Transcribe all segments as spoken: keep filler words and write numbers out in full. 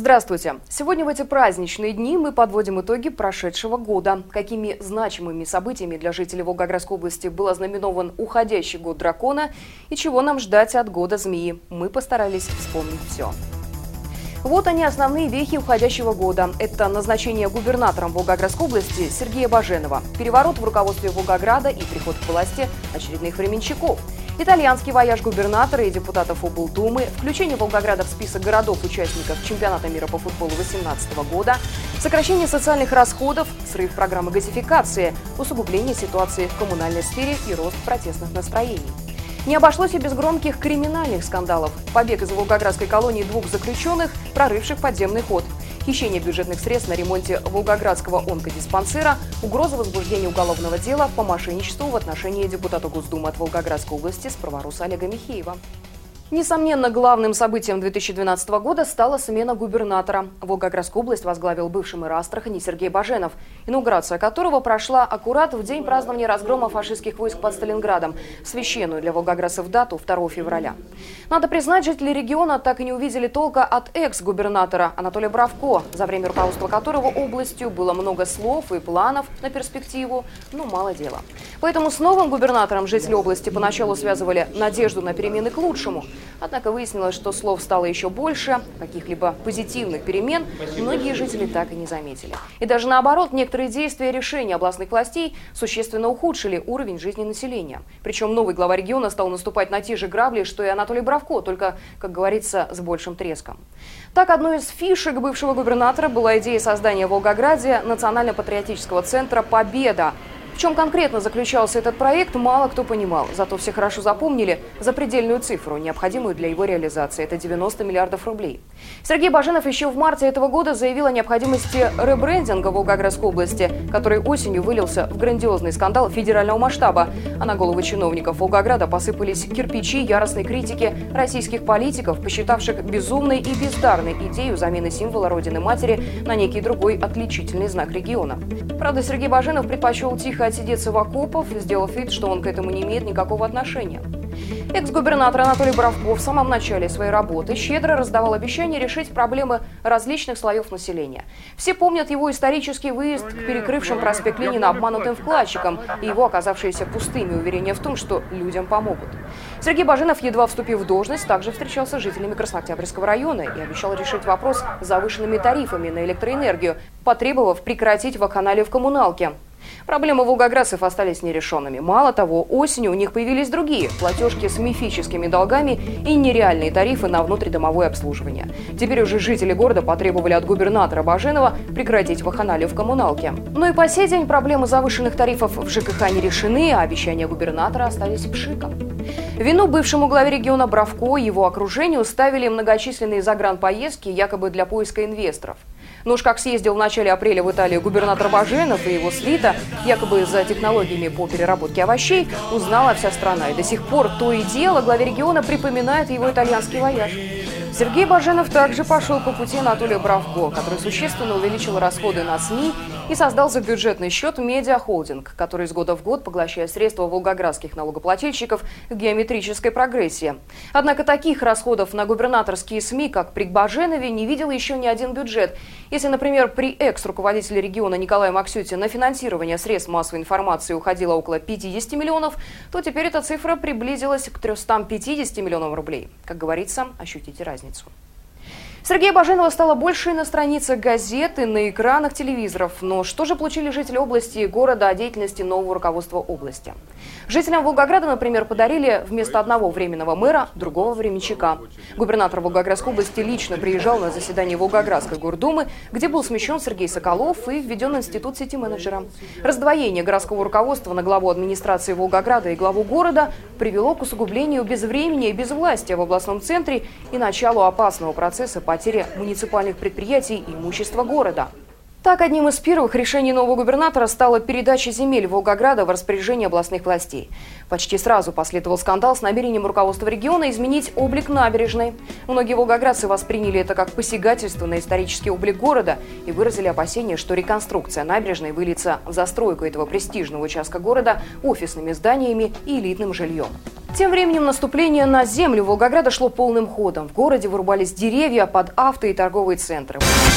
Здравствуйте! Сегодня в эти праздничные дни мы подводим итоги прошедшего года. Какими значимыми событиями для жителей Волгоградской области был ознаменован уходящий год дракона и чего нам ждать от года змеи, мы постарались вспомнить все. Вот они, основные вехи уходящего года. Это назначение губернатором Волгоградской области Сергея Баженова, переворот в руководстве Волгограда и приход к власти очередных временщиков, итальянский вояж губернатора и депутатов облдумы, включение Волгограда в список городов-участников чемпионата мира по футболу две тысячи восемнадцатого года, сокращение социальных расходов, срыв программы газификации, усугубление ситуации в коммунальной сфере и рост протестных настроений. Не обошлось и без громких криминальных скандалов. Побег из волгоградской колонии двух заключенных, прорывших подземный ход. Хищение бюджетных средств на ремонте волгоградского онкодиспансера, угроза возбуждения уголовного дела по мошенничеству в отношении депутата Госдумы от Волгоградской области Справаруса Олега Михеева. Несомненно, главным событием две тысячи двенадцатого года стала смена губернатора. Волгоградскую область возглавил бывший мэр Астрахани Сергей Баженов, инаугурация которого прошла аккурат в день празднования разгрома фашистских войск под Сталинградом, священную для волгоградцев дату второго февраля. Надо признать, жители региона так и не увидели толка от экс-губернатора Анатолия Бравко, за время руководства которого областью было много слов и планов на перспективу, но мало дела. Поэтому с новым губернатором жители области поначалу связывали надежду на перемены к лучшему. Однако выяснилось, что слов стало еще больше, каких-либо позитивных перемен многие жители так и не заметили. И даже наоборот, некоторые действия и решения областных властей существенно ухудшили уровень жизни населения. Причем новый глава региона стал наступать на те же грабли, что и Анатолий Бравко, только, как говорится, с большим треском. Так, одной из фишек бывшего губернатора была идея создания в Волгограде национально-патриотического центра «Победа». В чем конкретно заключался этот проект, мало кто понимал. Зато все хорошо запомнили запредельную цифру, необходимую для его реализации. Это девяносто миллиардов рублей. Сергей Баженов еще в марте этого года заявил о необходимости ребрендинга Волгоградской области, который осенью вылился в грандиозный скандал федерального масштаба. А на головы чиновников Волгограда посыпались кирпичи яростной критики российских политиков, посчитавших безумной и бездарной идею замены символа Родины-Матери на некий другой отличительный знак региона. Правда, Сергей Баженов предпочел тихо отсидеться в окопах, сделав вид, что он к этому не имеет никакого отношения. Экс-губернатор Анатолий Бравко в самом начале своей работы щедро раздавал обещания решить проблемы различных слоев населения. Все помнят его исторический выезд к перекрывшим проспект Ленина обманутым вкладчикам и его оказавшиеся пустыми уверения в том, что людям помогут. Сергей Баженов, едва вступив в должность, также встречался с жителями Краснооктябрьского района и обещал решить вопрос с завышенными тарифами на электроэнергию, потребовав прекратить вакханалию в коммуналке. Проблемы волгоградцев остались нерешенными. Мало того, осенью у них появились другие – платежки с мифическими долгами и нереальные тарифы на внутридомовое обслуживание. Теперь уже жители города потребовали от губернатора Баженова прекратить вакханалию в коммуналке. Но и по сей день проблемы завышенных тарифов в ЖКХ не решены, а обещания губернатора остались пшиком. Вину бывшему главе региона Бравко и его окружению ставили многочисленные загранпоездки якобы для поиска инвесторов. Но уж как съездил в начале апреля в Италию губернатор Баженов и его свита, якобы за технологиями по переработке овощей, узнала вся страна. И до сих пор то и дело главе региона припоминает его итальянский вояж. Сергей Баженов также пошел по пути Анатолия Бравко, который существенно увеличил расходы на СМИ и создал за бюджетный счет медиахолдинг, который из года в год поглощает средства волгоградских налогоплательщиков в геометрической прогрессии. Однако таких расходов на губернаторские СМИ, как при Баженове, не видел еще ни один бюджет. Если, например, при экс-руководителе региона Николае Максюте на финансирование средств массовой информации уходило около пятидесяти миллионов, то теперь эта цифра приблизилась к трёмстам пятидесяти миллионам рублей. Как говорится, ощутите разницу. Сергея Баженова стало больше и на страницах газет, и на экранах телевизоров. Но что же получили жители области и города о деятельности нового руководства области? Жителям Волгограда, например, подарили вместо одного временного мэра другого временщика. Губернатор Волгоградской области лично приезжал на заседание Волгоградской гордумы, где был смещен Сергей Соколов и введен институт сити-менеджера. Раздвоение городского руководства на главу администрации Волгограда и главу города привело к усугублению безвремени и безвластия в областном центре и началу опасного процесса потери муниципальных предприятий и имущества города. Так, одним из первых решений нового губернатора стала передача земель Волгограда в распоряжение областных властей. Почти сразу последовал скандал с намерением руководства региона изменить облик набережной. Многие волгоградцы восприняли это как посягательство на исторический облик города и выразили опасения, что реконструкция набережной выльется в застройку этого престижного участка города офисными зданиями и элитным жильем. Тем временем наступление на землю Волгограда шло полным ходом. В городе вырубались деревья под авто и торговые центры.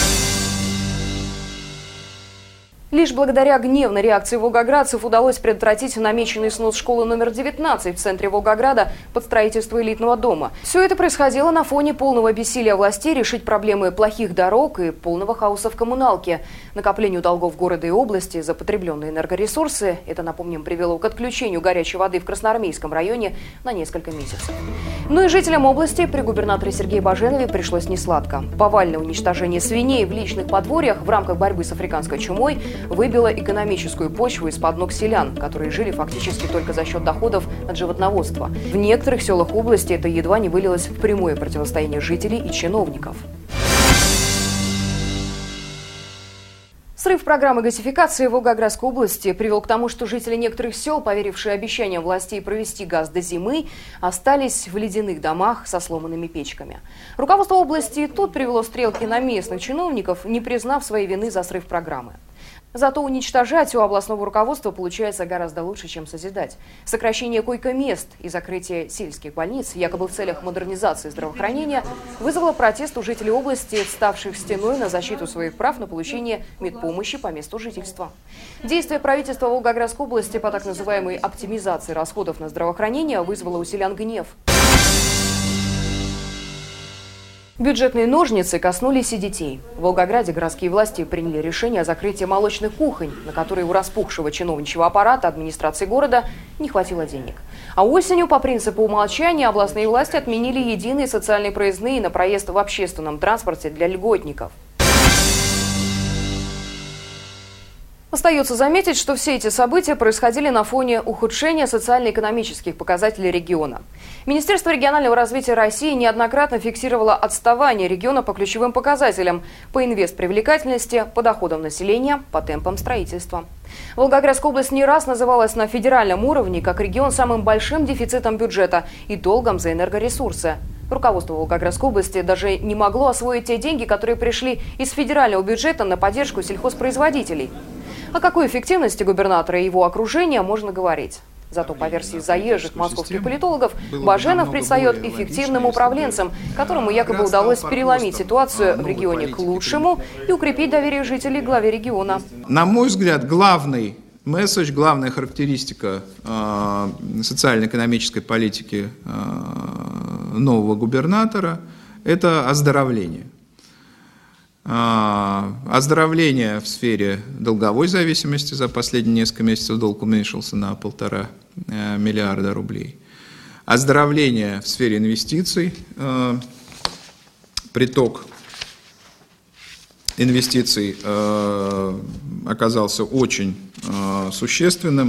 Лишь благодаря гневной реакции волгоградцев удалось предотвратить намеченный снос школы номер девятнадцать в центре Волгограда под строительство элитного дома. Все это происходило на фоне полного бессилия властей решить проблемы плохих дорог и полного хаоса в коммуналке. Накоплению долгов города и области за потребленные энергоресурсы, это, напомним, привело к отключению горячей воды в Красноармейском районе на несколько месяцев. Но и жителям области при губернаторе Сергее Баженове пришлось несладко. Повальное уничтожение свиней в личных подворьях в рамках борьбы с африканской чумой выбило экономическую почву из-под ног селян, которые жили фактически только за счет доходов от животноводства. В некоторых селах области это едва не вылилось в прямое противостояние жителей и чиновников. Срыв программы газификации в Волгоградской области привел к тому, что жители некоторых сел, поверившие обещаниям властей провести газ до зимы, остались в ледяных домах со сломанными печками. Руководство области тут привело стрелки на местных чиновников, не признав своей вины за срыв программы. Зато уничтожать у областного руководства получается гораздо лучше, чем созидать. Сокращение койко-мест и закрытие сельских больниц, якобы в целях модернизации здравоохранения, вызвало протест у жителей области, вставших стеной на защиту своих прав на получение медпомощи по месту жительства. Действие правительства Волгоградской области по так называемой оптимизации расходов на здравоохранение вызвало у селян гнев. Бюджетные ножницы коснулись и детей. В Волгограде городские власти приняли решение о закрытии молочных кухонь, на которые у распухшего чиновничьего аппарата администрации города не хватило денег. А осенью по принципу умолчания областные власти отменили единые социальные проездные на проезд в общественном транспорте для льготников. Остается заметить, что все эти события происходили на фоне ухудшения социально-экономических показателей региона. Министерство регионального развития России неоднократно фиксировало отставание региона по ключевым показателям – по инвестпривлекательности, по доходам населения, по темпам строительства. Волгоградская область не раз называлась на федеральном уровне как регион с самым большим дефицитом бюджета и долгом за энергоресурсы. Руководство Волгоградской области даже не могло освоить те деньги, которые пришли из федерального бюджета на поддержку сельхозпроизводителей. О какой эффективности губернатора и его окружения можно говорить? Зато по версии заезжих московских политологов, Баженов предстает эффективным управленцем, которому якобы удалось переломить ситуацию в регионе к лучшему и укрепить доверие жителей к главе региона. На мой взгляд, главный месседж, главная характеристика э, социально-экономической политики э, нового губернатора – это оздоровление. Оздоровление в сфере долговой зависимости. За последние несколько месяцев долг уменьшился на полтора миллиарда рублей. Оздоровление в сфере инвестиций. Приток инвестиций оказался очень существенным.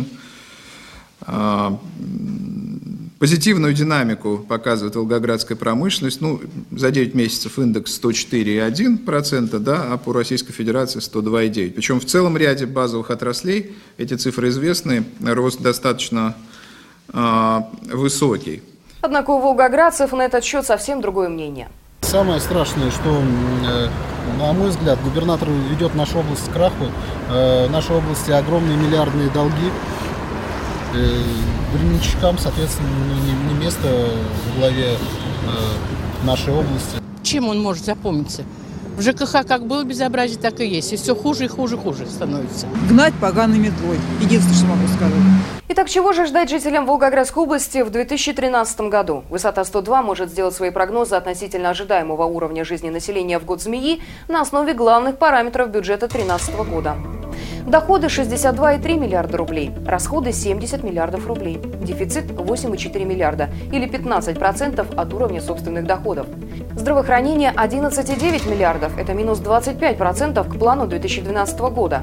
Позитивную динамику показывает волгоградская промышленность. Ну, за девять месяцев индекс сто четыре и одна десятая процента, да, а по Российской Федерации сто два и девять процента. Причем в целом ряде базовых отраслей эти цифры известны, рост достаточно э, высокий. Однако у волгоградцев на этот счет совсем другое мнение. Самое страшное, что, на мой взгляд, губернатор ведет нашу область к краху. В нашей области огромные миллиардные долги. Временщикам, соответственно, не, не место в главе э, нашей области. Чем он может запомниться? В ЖКХ как было безобразие, так и есть. И все хуже и хуже, хуже становится. Гнать поганой метлой. Единственное, что могу сказать. Итак, чего же ждать жителям Волгоградской области в две тысячи тринадцатом году? Высота сто два может сделать свои прогнозы относительно ожидаемого уровня жизни населения в год змеи на основе главных параметров бюджета две тысячи тринадцатого года. Доходы шестьдесят два и три миллиарда рублей, расходы семьдесят миллиардов рублей, дефицит восемь и четыре миллиарда или пятнадцать процентов от уровня собственных доходов. Здравоохранение одиннадцать и девять миллиардов, это минус двадцать пять процентов к плану две тысячи двенадцатого года.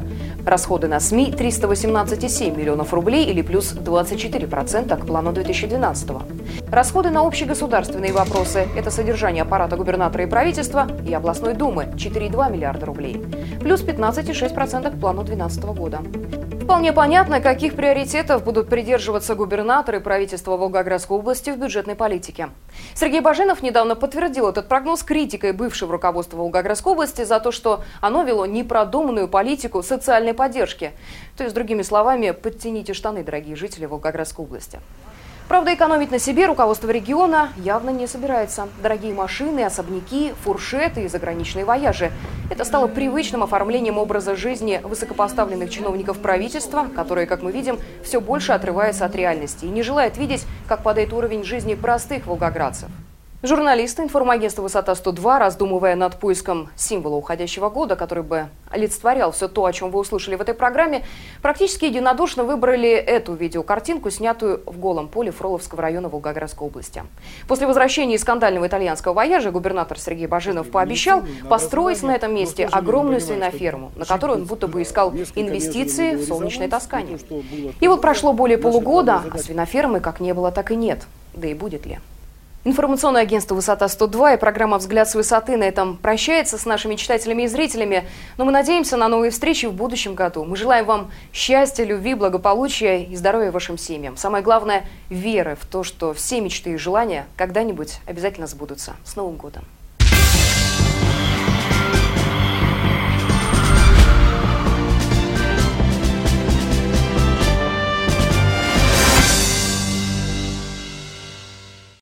Расходы на СМИ – триста восемнадцать целых семь десятых миллионов рублей или плюс двадцать четыре процента к плану две тысячи двенадцатого. Расходы на общегосударственные вопросы – это содержание аппарата губернатора и правительства и областной думы – четыре целых два десятых миллиарда рублей, плюс пятнадцать целых шесть десятых процента к плану две тысячи двенадцатого года. Вполне понятно, каких приоритетов будут придерживаться губернаторы и правительство Волгоградской области в бюджетной политике. Сергей Баженов недавно подтвердил этот прогноз критикой бывшего руководства Волгоградской области за то, что оно вело непродуманную политику социальной поддержки. То есть, другими словами, подтяните штаны, дорогие жители Волгоградской области. Правда, экономить на себе руководство региона явно не собирается. Дорогие машины, особняки, фуршеты и заграничные вояжи – это стало привычным оформлением образа жизни высокопоставленных чиновников правительства, которые, как мы видим, все больше отрываются от реальности и не желают видеть, как падает уровень жизни простых волгоградцев. Журналисты информагентства «Высота сто два», раздумывая над поиском символа уходящего года, который бы олицетворял все то, о чем вы услышали в этой программе, практически единодушно выбрали эту видеокартинку, снятую в голом поле Фроловского района Волгоградской области. После возвращения из скандального итальянского вояжа губернатор Сергей Баженов пообещал построить на этом месте огромную свиноферму, на которую он будто бы искал инвестиции в солнечное Тоскане. И вот прошло более полугода, а свинофермы как не было, так и нет. Да и будет ли? Информационное агентство «Высота сто два» и программа «Взгляд с высоты» на этом прощается с нашими читателями и зрителями. Но мы надеемся на новые встречи в будущем году. Мы желаем вам счастья, любви, благополучия и здоровья вашим семьям. Самое главное – веры в то, что все мечты и желания когда-нибудь обязательно сбудутся. С Новым годом!